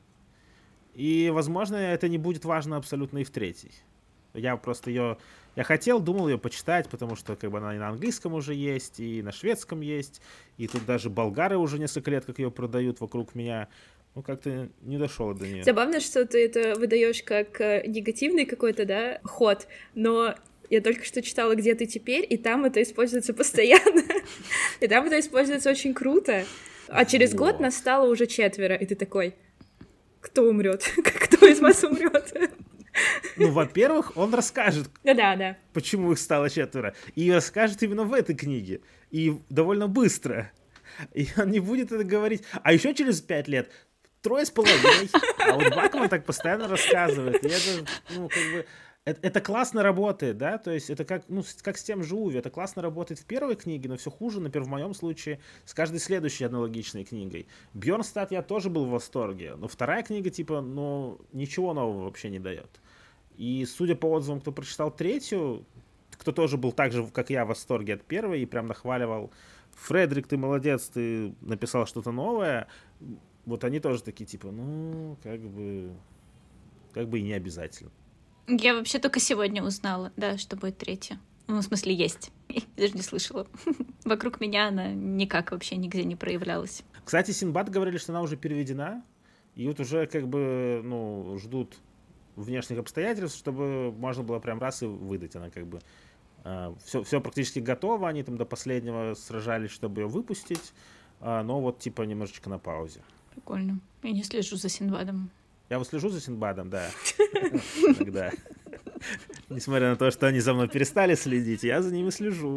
И, возможно, это не будет важно абсолютно и в третьей. Я просто ее... Я хотел, думал ее почитать, потому что как бы она и на английском уже есть, и на шведском есть. И тут даже болгары уже несколько лет как ее продают вокруг меня. Ну, как-то не дошел до нее. Забавно, что ты это выдаешь как негативный какой-то, да, ход, но я только что читала «Где ты теперь?», и там это используется постоянно, и там это используется очень круто. А через год нас стало уже четверо, и ты такой, кто умрет? Кто из вас умрет? Ну, во-первых, он расскажет, да, да. почему их стало четверо, и расскажет именно в этой книге, и довольно быстро. И он не будет это говорить. А еще через пять лет трое с половиной. А вот Бакман так постоянно рассказывает. И это, ну, как бы, это, это классно работает, да, то есть это как, ну, как с тем же Уви. Это классно работает в первой книге, но все хуже, например, в моем случае, с каждой следующей аналогичной книгой. Бьернстад я тоже был в восторге, но вторая книга, типа, ну, ничего нового вообще не дает. И судя по отзывам, кто прочитал третью, кто тоже был так же, как я, в восторге от первой и прям нахваливал: Фредерик, ты молодец, ты написал что-то новое. Вот они тоже такие, типа, ну, как бы, как бы и не обязательно. Я вообще только сегодня узнала, да, что будет третья. Ну, в смысле, есть. Я даже не слышала. Вокруг меня она никак вообще нигде не проявлялась. Кстати, Синбад говорили, что она уже переведена, и вот уже как бы, ну, ждут внешних обстоятельств, чтобы можно было прям раз и выдать. Она как бы э, все, все практически готово, они там до последнего сражались, чтобы ее выпустить, э, но вот типа немножечко на паузе. Прикольно. Я не слежу за Синбадом. Я вот слежу за Синбадом, да. Иногда. Несмотря на то, что они за мной перестали следить, я за ними слежу.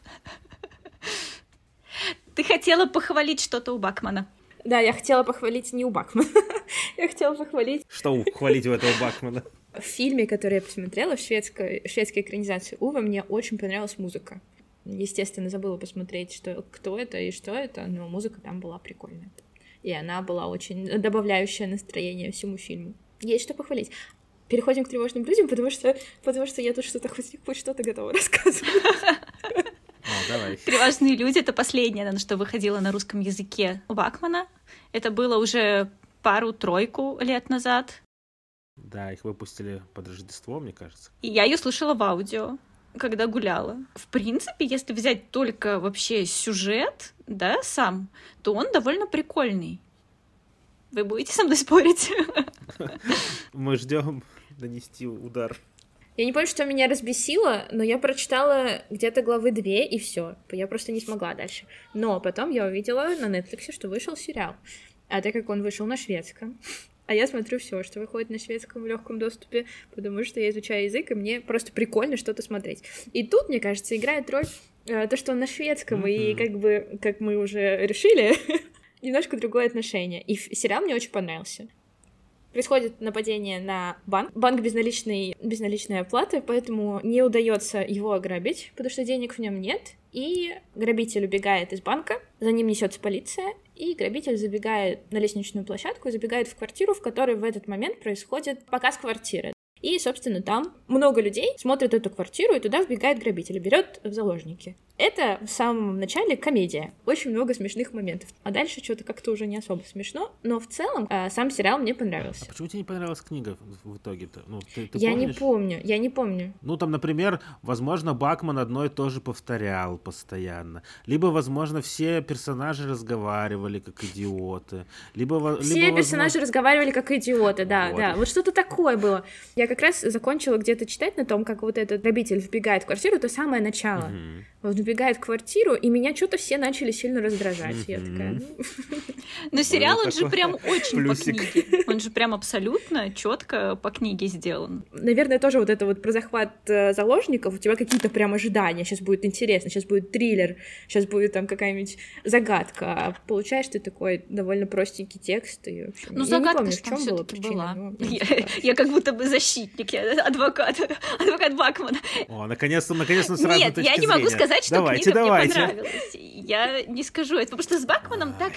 Ты хотела похвалить что-то у Бакмана. Да, я хотела похвалить не у Бакмана. Я хотела похвалить... Что хвалить у этого Бакмана? В фильме, который я посмотрела, в шведской, шведской экранизации Уве, мне очень понравилась музыка. Естественно, забыла посмотреть, что, кто это и что это, но музыка там была прикольная. И она была очень добавляющая настроение всему фильму. Есть что похвалить. Переходим к тревожным людям, потому что, потому что я тут что-то хоть, хоть что-то готова рассказывать. О, давай. «Тревожные люди» — это последнее, на что выходило на русском языке у Бакмана. Это было уже пару-тройку лет назад. Да, их выпустили под Рождество, мне кажется. И я ее слушала в аудио, когда гуляла. В принципе, если взять только вообще сюжет, да, сам, то он довольно прикольный. Вы будете со мной спорить? Мы ждем нанести удар. Я не помню, что меня разбесило, но я прочитала где-то главы две, и все. Я просто не смогла дальше. Но потом я увидела на Netflix, что вышел сериал. А так как он вышел на шведском, а я смотрю все, что выходит на шведском в легком доступе, потому что я изучаю язык, и мне просто прикольно что-то смотреть. И тут, мне кажется, играет роль э, то, что он на шведском, mm-hmm. и как бы, как мы уже решили, немножко другое отношение. И сериал мне очень понравился. Происходит нападение на банк. Банк безналичной, безналичной оплаты, поэтому не удается его ограбить, потому что денег в нем нет. И грабитель убегает из банка, за ним несется полиция, и грабитель забегает на лестничную площадку и забегает в квартиру, в которой в этот момент происходит показ квартиры. И, собственно, там много людей смотрят эту квартиру, и туда вбегает грабитель и берет в заложники. Это в самом начале комедия. Очень много смешных моментов. А дальше что-то как-то уже не особо смешно. Но в целом э, сам сериал мне понравился. А почему тебе не понравилась книга в итоге-то? Ну, ты, ты я помнишь? не помню, я не помню. Ну, там, например, возможно, Бакман одно и то же повторял постоянно. Либо, возможно, все персонажи разговаривали как идиоты. Либо, все либо, персонажи возможно... разговаривали как идиоты, да, вот. да. Вот что-то такое было. Я как раз закончила где-то читать на том, как вот этот грабитель вбегает в квартиру, это самое начало. Mm-hmm. Он вбегает в квартиру, и меня что-то все начали сильно раздражать. Mm-hmm. Я такая, ну... Но сериал, он же прям очень по книге. Он же прям абсолютно четко по книге сделан. Наверное, тоже вот это вот про захват заложников, у тебя какие-то прям ожидания. Сейчас будет интересно, сейчас будет триллер, сейчас будет там какая-нибудь загадка. А получаешь ты такой довольно простенький текст. И, в общем, ну, я загадка не помню, в чем была причина. Была. Но, я, я как будто бы защитник, я адвокат, адвокат Бакмана. О, наконец-то, наконец-то сразу Нет, я не могу зрения. сказать, что давайте, книга давайте. мне понравилась. Я не скажу это, потому что с Бакманом так...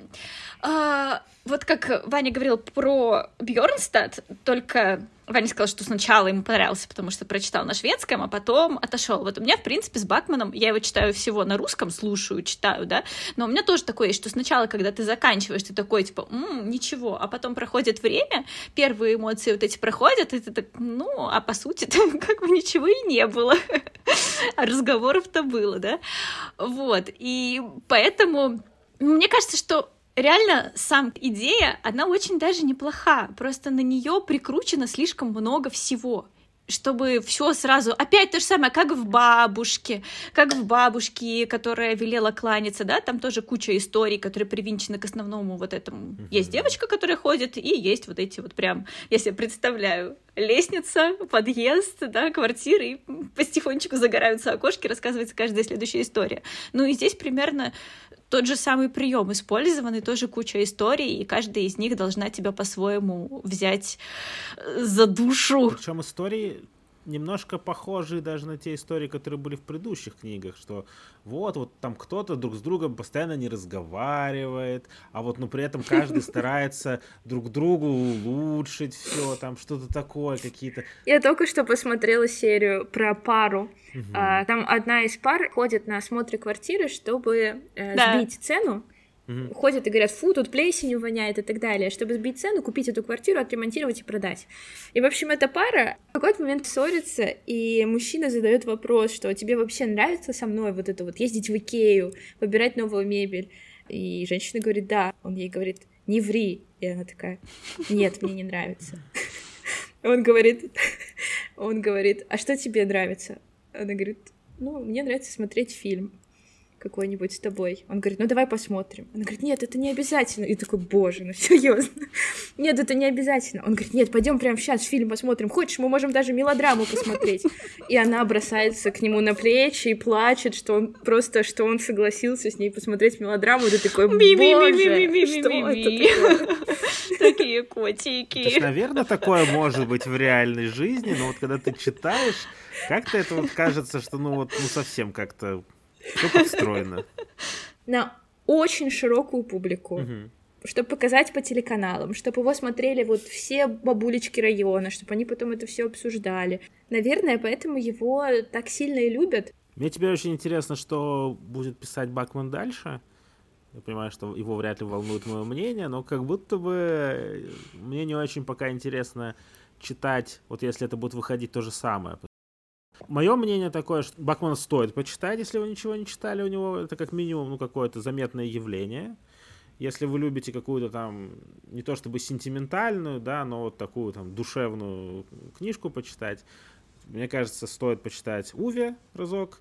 А, вот как Ваня говорил про Бьорнстад, только Ваня сказал, что сначала ему понравился, потому что прочитал на шведском, а потом отошел. Вот у меня, в принципе, с Бакманом, я его читаю всего на русском, слушаю, читаю, да, но у меня тоже такое есть, что сначала, когда ты заканчиваешь, ты такой, типа, м-м, ничего, а потом проходит время, первые эмоции вот эти проходят, и ты так, ну, а по сути там как бы ничего и не было, а разговоров-то было, да, вот, и поэтому мне кажется, что реально, сам идея, она очень даже неплоха, просто на нее прикручено слишком много всего, чтобы все сразу... Опять то же самое, как в «Бабушке», как в «Бабушке», которая велела кланяться, да, там тоже куча историй, которые привинчены к основному вот этому. Mm-hmm. Есть девочка, которая ходит, и есть вот эти вот прям, я себе представляю, лестница, подъезд, да, квартиры, и потихонечку загораются окошки, рассказывается каждая следующая история. Ну и здесь примерно тот же самый прием использован, и тоже куча историй, и каждая из них должна тебя по-своему взять за душу. Причем истории немножко похожие даже на те истории, которые были в предыдущих книгах, что вот, вот там кто-то друг с другом постоянно не разговаривает, а вот, ну, при этом каждый старается друг другу улучшить все, там что-то такое, какие-то... Я только что посмотрела серию про пару. Угу. А, там одна из пар ходит на осмотры квартиры, чтобы э, да. сбить цену. Mm-hmm. Ходят и говорят, фу, тут плесенью воняет и так далее. Чтобы сбить цену, купить эту квартиру, отремонтировать и продать. И, в общем, эта пара в какой-то момент ссорится, и мужчина задает вопрос, что тебе вообще нравится со мной вот это вот ездить в Икею, выбирать новую мебель. И женщина говорит, да. Он ей говорит, не ври. И она такая, нет, мне не нравится. Он говорит, он говорит, а что тебе нравится? Она говорит, ну, мне нравится смотреть фильм какой-нибудь с тобой. Он говорит, ну давай посмотрим. Она говорит, нет, это не обязательно. И такой, боже, ну серьезно. Нет, это не обязательно. Он говорит, нет, пойдем прямо сейчас фильм посмотрим. Хочешь, мы можем даже мелодраму посмотреть. И она бросается к нему на плечи и плачет, что он просто, что он согласился с ней посмотреть мелодраму. И ты такой, боже, что это такое? Такие котики. То есть, наверное, такое может быть в реальной жизни, но вот когда ты читаешь, как-то это вот кажется, что ну вот ну совсем как-то все подстроено. На очень широкую публику. Угу. Чтобы показать по телеканалам, чтобы его смотрели вот все бабулечки района, чтобы они потом это все обсуждали. Наверное, поэтому его так сильно и любят. Мне теперь очень интересно, что будет писать Бакман дальше. Я понимаю, что его вряд ли волнует мое мнение, но как будто бы мне не очень пока интересно читать, вот если это будет выходить то же самое. Мое мнение такое, что Бакмана стоит почитать, если вы ничего не читали у него, это как минимум ну, какое-то заметное явление. Если вы любите какую-то там, не то чтобы сентиментальную, да, но вот такую там душевную книжку почитать, мне кажется, стоит почитать Уве разок.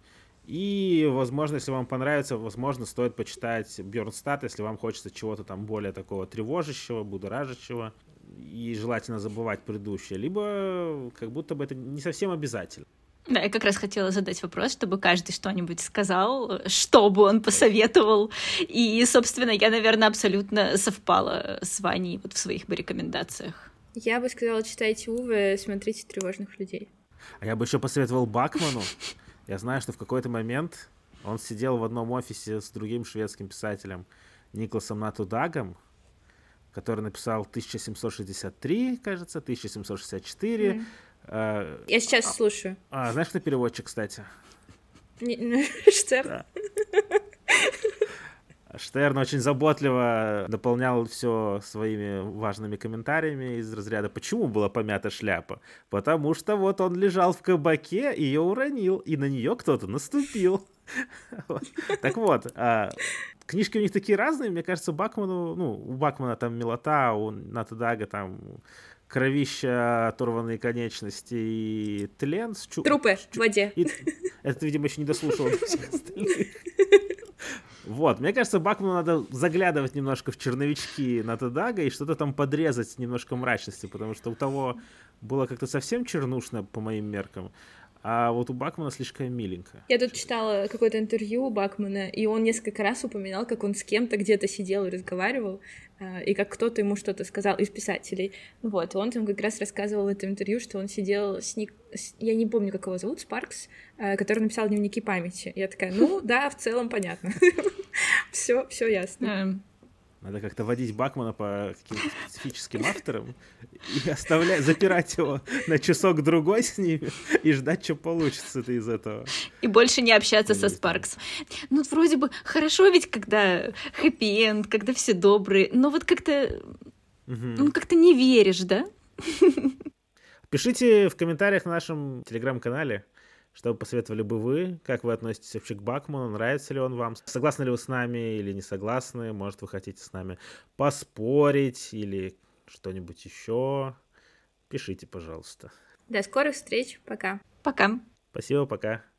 И, возможно, если вам понравится, возможно, стоит почитать Бёрнстат, если вам хочется чего-то там более такого тревожащего, будоражащего, и желательно забывать предыдущее, либо как будто бы это не совсем обязательно. Да, я как раз хотела задать вопрос, чтобы каждый что-нибудь сказал, что бы он посоветовал. И, собственно, я, наверное, абсолютно совпала с Ваней вот в своих бы рекомендациях. Я бы сказала, читайте Уве, смотрите «Тревожных людей». А я бы еще посоветовал Бакману. Я знаю, что в какой-то момент он сидел в одном офисе с другим шведским писателем Никласом Натудагом, который написал тысяча семьсот шестьдесят три, кажется, тысяча семьсот шестьдесят четыре. Mm. Uh, Я сейчас а, слушаю. А, знаешь, кто переводчик, кстати? Штерн. Да. Штерн очень заботливо дополнял все своими важными комментариями из разряда «Почему была помята шляпа?» Потому что вот он лежал в кабаке, ее уронил, и на нее кто-то наступил. Так вот, книжки у них такие разные, мне кажется, Бакману, ну, у Бакмана там милота, у Натудага там кровища, оторванные конечности и тлен. С чу... Трупы чу... в воде. И... Это, видимо, еще не дослушал всех остальных. Вот, мне кажется, Бакману надо заглядывать немножко в черновички Натудага и что-то там подрезать немножко мрачности, потому что у того было как-то совсем чернушно по моим меркам, а вот у Бакмана слишком миленько. Я тут читала какое-то интервью у Бакмана, и он несколько раз упоминал, как он с кем-то где-то сидел и разговаривал, и как кто-то ему что-то сказал из писателей. Вот, и он там как раз рассказывал в этом интервью, что он сидел с Ник... Я не помню, как его зовут, Спаркс, который написал «Дневники памяти». Я такая, ну да, в целом понятно. Все, все ясно. Надо как-то водить Бакмана по каким-то специфическим авторам и оставлять, запирать его на часок-другой с ними и ждать, что получится из этого. И больше не общаться со Спаркс. Ну, вроде бы хорошо ведь, когда хэппи-энд, когда все добрые, но вот как-то, угу. ну, как-то не веришь, да? Пишите в комментариях на нашем телеграм-канале, что посоветовали бы вы, как вы относитесь вообще к Бакману, нравится ли он вам, согласны ли вы с нами или не согласны, может, вы хотите с нами поспорить или что-нибудь еще. Пишите, пожалуйста. До скорых встреч, пока. Пока. Спасибо, пока.